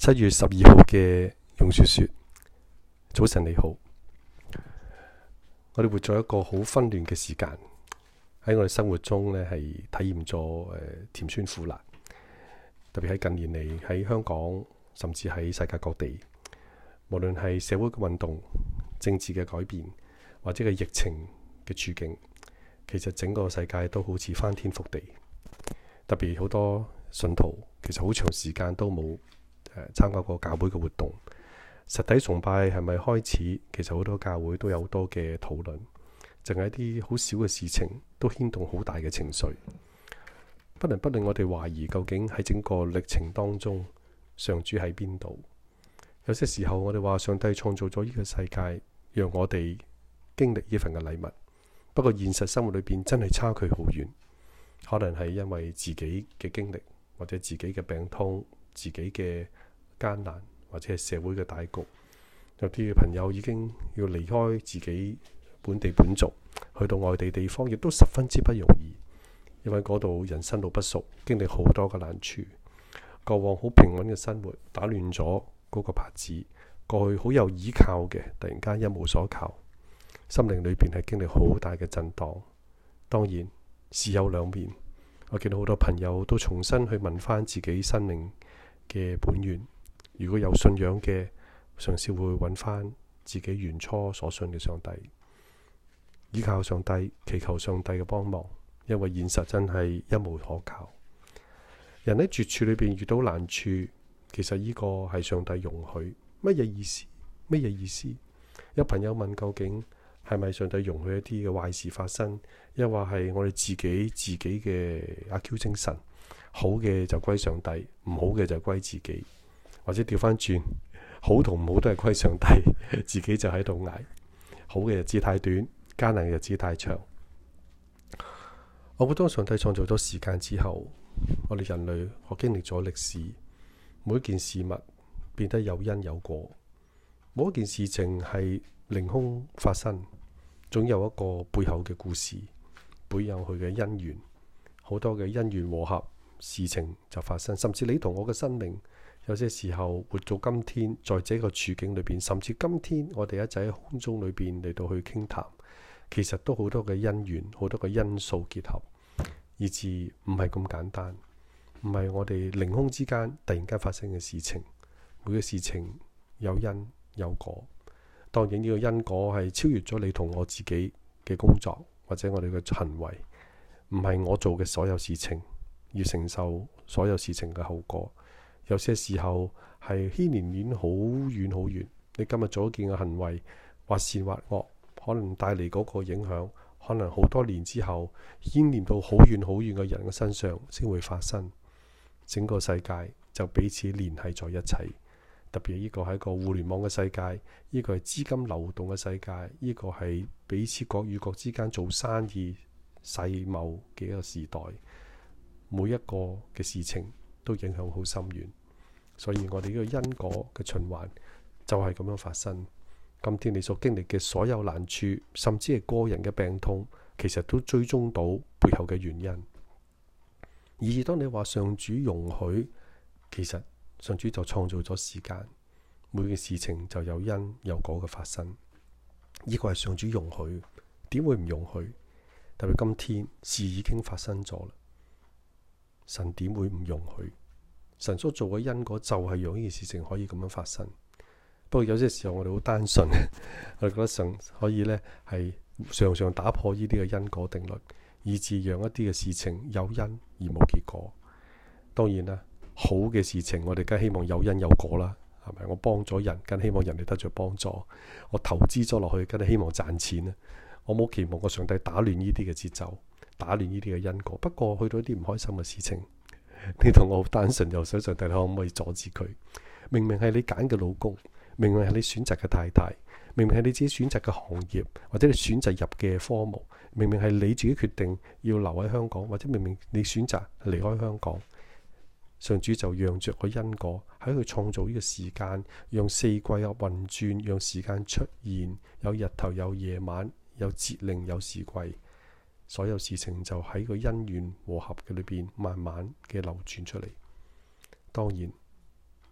7月12號嘅容雪雪，早晨你好。我哋活在一個好紛亂嘅時間，喺我哋生活中呢係體驗咗甜酸苦辣，特別喺近年嚟喺香港，甚至喺世界各地，無論係社會嘅運動、政治嘅改變，或者係疫情嘅處境，其實整個世界都好似翻天覆地。特別好多信徒其實好長時間都冇參加過教會嘅活動，實體崇拜係咪開始？其實好多教會都有好多嘅討論，淨係一啲好少嘅事情都牽動好大嘅情緒，不能不令我哋懷疑究竟喺整個歷程當中，上主喺邊度？有些時候我哋話上帝創造咗呢個世界，讓我哋經歷呢份嘅禮物，不過現實生活裏邊真係差距好遠，可能係因為自己嘅經歷，或者自己嘅病痛，自己嘅艱難，或者係社會嘅大局，有啲嘅朋友已經要離開自己本地本族，去到外地地方，亦都十分之不容易，因為嗰度人生路不熟，經歷好多嘅難處。過往好平穩嘅生活打亂咗嗰個拍子，過去好有依靠嘅，突然間一無所靠，心靈裏邊係經歷好大嘅震盪。當然事有兩面，我見到好多朋友都重新去問翻自己生命嘅本源。如果有信仰嘅，嘗試會揾翻自己原初所信嘅上帝，依靠上帝，祈求上帝嘅幫忙，因為現實真係一無可靠。人喺絕處裏邊遇到難處，其實呢個係上帝容許。乜嘢意思？乜嘢意思？有朋友問，究竟係咪上帝容許一啲嘅壞事發生？又或係我哋自己嘅阿 Q 精神，好嘅就歸上帝，唔好嘅就歸自己，或者調翻轉，好同唔好都係歸上帝，自己就喺度捱。好嘅日子太短，艱難嘅日子太長。我覺得當上帝創造咗時間之後，我哋人類我經歷咗歷史，每一件事物變得有因有果，冇一件事情係凌空發生，總有一個背後嘅故事，背有佢嘅因緣，好多嘅因緣和合，事情就發生。甚至你同我嘅生命，有些時候活到今天，在這個處境裏邊，甚至今天我哋一齊喺空中裏邊嚟到去傾談，其實都好多嘅因緣，好多嘅因素結合，以致唔係咁簡單，唔係我哋凌空之間突然間發生嘅事情。每個事情有因有果，當然呢個因果係超越咗你同我自己嘅工作或者我哋嘅行為，唔係我做嘅所有事情要承受所有事情嘅後果。有些時候係牽連鏈好遠好遠，你今日做一件嘅行為，或善或惡，可能帶嚟嗰個影響，可能好多年之後牽連到好遠好遠嘅人嘅身上先會發生。整個世界就彼此聯繫在一起。特別呢個係一個互聯網嘅世界，呢個係資金流動嘅世界，呢個係彼此國與國之間做生意世貿嘅一個時代。每一個嘅事情都影響好深遠，所以我哋呢個因果嘅循環就係咁樣發生。今天你所經歷嘅所有難處，甚至係個人嘅病痛，其實都追蹤到背後嘅原因。而當你話上主容許，其實上主就創造咗時間，每件事情就有因有果嘅發生。呢個係上主容許，點會唔容許？特別今天事已經發生咗啦，神點會唔容許？神所做嘅因果就係讓呢件事情可以咁樣發生。不過有些時候我哋好單純，我哋覺得神可以呢係常常打破呢啲嘅因果定律，以致讓一啲嘅事情有因而冇結果。當然啦，好嘅事情我哋梗係希望有因有果啦，係咪？我幫咗人，梗係希望人哋得咗幫助；我投資咗落去，梗係希望賺錢啦。我冇期望個上帝打亂呢啲嘅節奏，打亂呢啲嘅因果。不過去到一啲唔開心嘅事情，你同我好單純，又想上帝可唔可以阻止佢？明明係你揀嘅老公，明明係你選擇嘅太太，明明係你自己選擇嘅行業，或者你選擇入嘅科目，明明係你自己決定要留喺香港，或者明明你選擇離開香港，上主就讓着個因果喺佢創造呢個時間，讓四季有運轉，讓時間出現，有日頭有夜晚，有節令有時季，所有事情就喺個因緣和合嘅裏邊慢慢嘅流轉出嚟。當然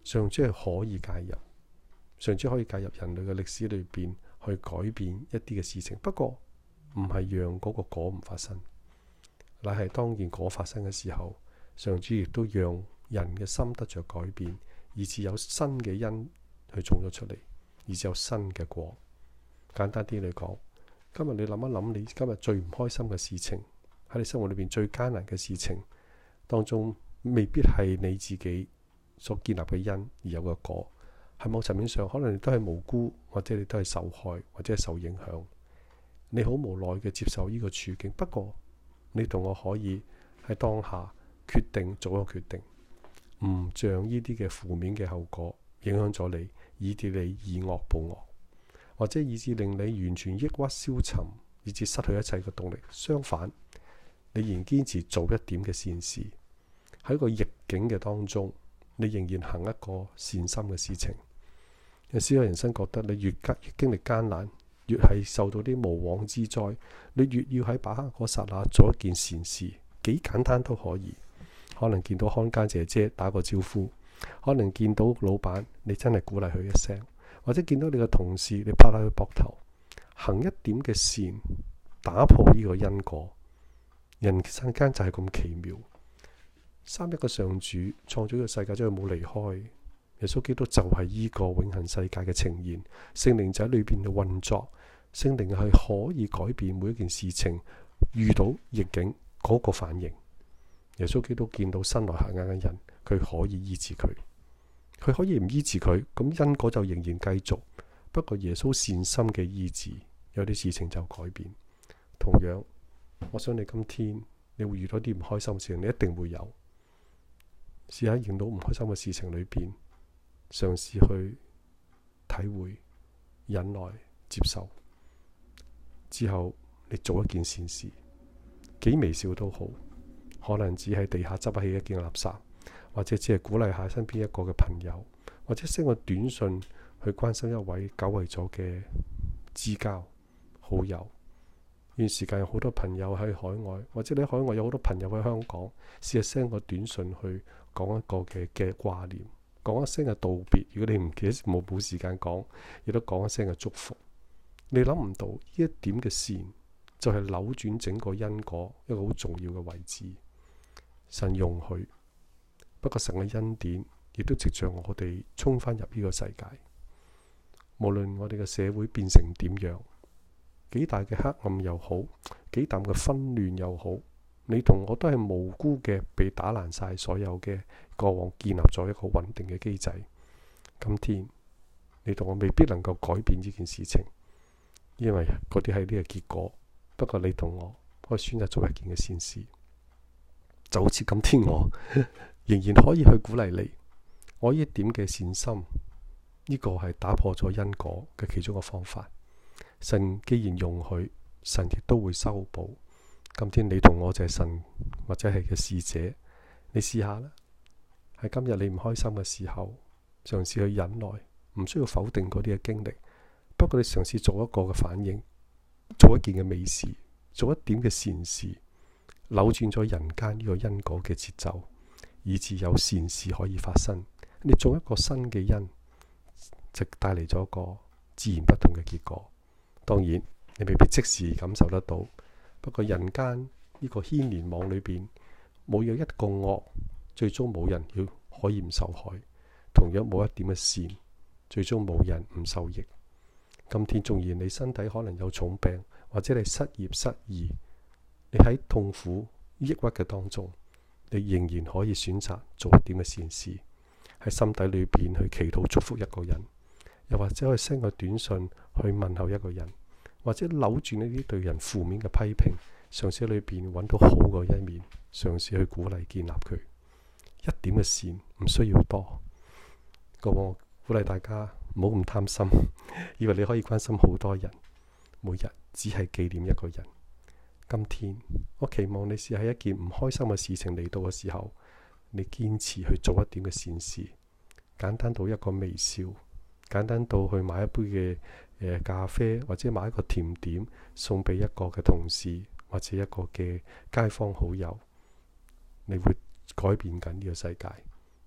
上主係可以介入，上主可以介入人類嘅歷史裏邊去改變一啲嘅事情。不過唔係讓嗰個果唔發生，乃係當件果發生嘅時候，上主亦都讓人嘅心得着改變，以至有新嘅因去種咗出嚟，以至有新嘅果。簡單啲嚟講，今日你諗一諗，你今日最唔開心嘅事情，喺你生活裏邊最艱難嘅事情當中，未必係你自己所建立嘅因而有嘅果。喺某層面上，可能你都係無辜，或者你都係受害，或者係受影響。你好無奈嘅接受呢個處境，不過你同我可以喺當下決定做一個決定，唔將呢啲嘅負面嘅後果影響咗你，以致你以惡報惡，或者以致令你完全抑鬱消沉，以致失去一切嘅動力。相反，你仍然堅持做一點嘅善事，喺一個逆境嘅當中，你仍然行一個善心嘅事情。有時有人生覺得你越經歷艱難，越係受到啲無妄之災，你越要喺把握嗰剎那做一件善事，幾簡單都可以。可能見到看更姐姐打個招呼，可能見到老闆你真係鼓勵佢一聲，或者見到你嘅同事你拍下佢膊頭，行一點嘅善，打破呢個因果。人世間就係咁奇妙。三一嘅上主創造呢個世界，真係冇離開。耶穌基督就係呢個永恆世界嘅呈現，聖靈就喺裏邊嘅運作，聖靈係可以改變每一件事情，遇到逆境嗰個反應。耶穌基督見到生來瞎眼嘅人，佢可以醫治佢，佢可以唔醫治佢，咁因果就仍然繼續。不過耶穌善心嘅醫治，有啲事情就改變。同樣，我想你今天你會遇到啲唔開心嘅事情，你一定會有。試下認到唔開心嘅事情裏邊，嘗試去體會、忍耐、接受之後，你做一件善事，幾微小都好，可能只喺地下執起一件垃圾，或者只係鼓勵下身邊一個嘅朋友，或者寫個短信去關心一位久違咗嘅知交好友。呢段時間有好多朋友喺海外，或者你喺海外有好多朋友喺香港，試下 send 個短信去講一個嘅掛念，講一聲嘅道別。如果你唔記得冇時間講，亦都講一聲嘅祝福。你諗唔到呢一點嘅善，就係扭轉整個因果一個好重要嘅位置。神容許，不過神嘅恩典亦都藉着我哋衝翻入呢個世界。無論我哋嘅社會變成點樣，幾大嘅黑暗又好，幾大嘅紛亂又好，你同我都係無辜嘅，被打爛晒所有嘅過往建立咗一個穩定嘅機制。今天你同我未必能夠改變呢件事情，因為嗰啲係呢個結果。不過你同我可以選擇做一件嘅善事，就好似今天我仍然可以去鼓勵你。我呢一點嘅善心，呢個係打破咗因果嘅其中一個方法。神既然容許，神亦都會修補。今天你同我就係神或者係嘅使者，你試下啦。喺今日你唔開心嘅時候，嘗試去忍耐，唔需要否定嗰啲嘅經歷。不過你嘗試做一個嘅反應，做一件嘅美事，做一點嘅善事，扭轉咗人間呢個因果嘅節奏，以致有善事可以發生。你做一個新嘅因，就帶嚟咗一個自然不同嘅結果。當然你未必即時感受得到，不過人間呢個牽連網裏邊，冇有一個惡，最終冇人要可以唔受害；同樣冇一點嘅善，最終冇人唔受益。今天縱然你身體可能有重病，或者你失業失意，你喺痛苦抑鬱嘅當中，你仍然可以選擇做一點嘅善事，喺心底裏邊去祈禱祝福一個人，又或者去 send 個短信去問候一個人，或者扭轉呢啲對人負面嘅批評，嘗試喺裏邊揾到好嘅一面，嘗試去鼓勵建立佢。一點嘅善唔需要多，我鼓勵大家唔好咁貪心，以為你可以關心好多人，每日只係紀念一個人。今天我期望你試喺一件唔開心嘅事情嚟到嘅時候，你堅持去做一點嘅善事，簡單到一個微笑，簡單到去買一杯嘅咖啡，或者買一個甜點送俾一個嘅同事或者一個嘅街坊好友，你會改變緊呢個世界。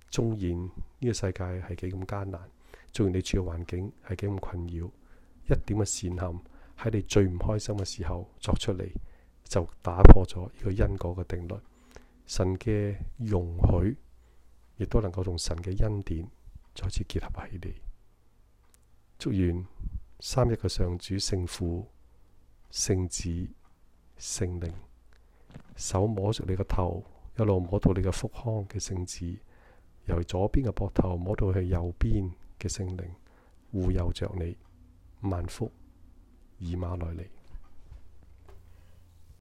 縱然呢個世界係幾咁艱難，縱然你住嘅環境係幾咁困擾，一點嘅善行喺你最唔開心嘅時候作出嚟，就打破咗呢個因果嘅定律。神嘅容許亦都能夠同神嘅恩典再次結合起嚟。祝願三一嘅上主聖父、聖子、聖靈，手摸着你個頭，一路摸到你嘅腹腔嘅聖子，由左邊嘅膊頭摸到去右邊嘅聖靈，護佑着你，萬福以馬內利。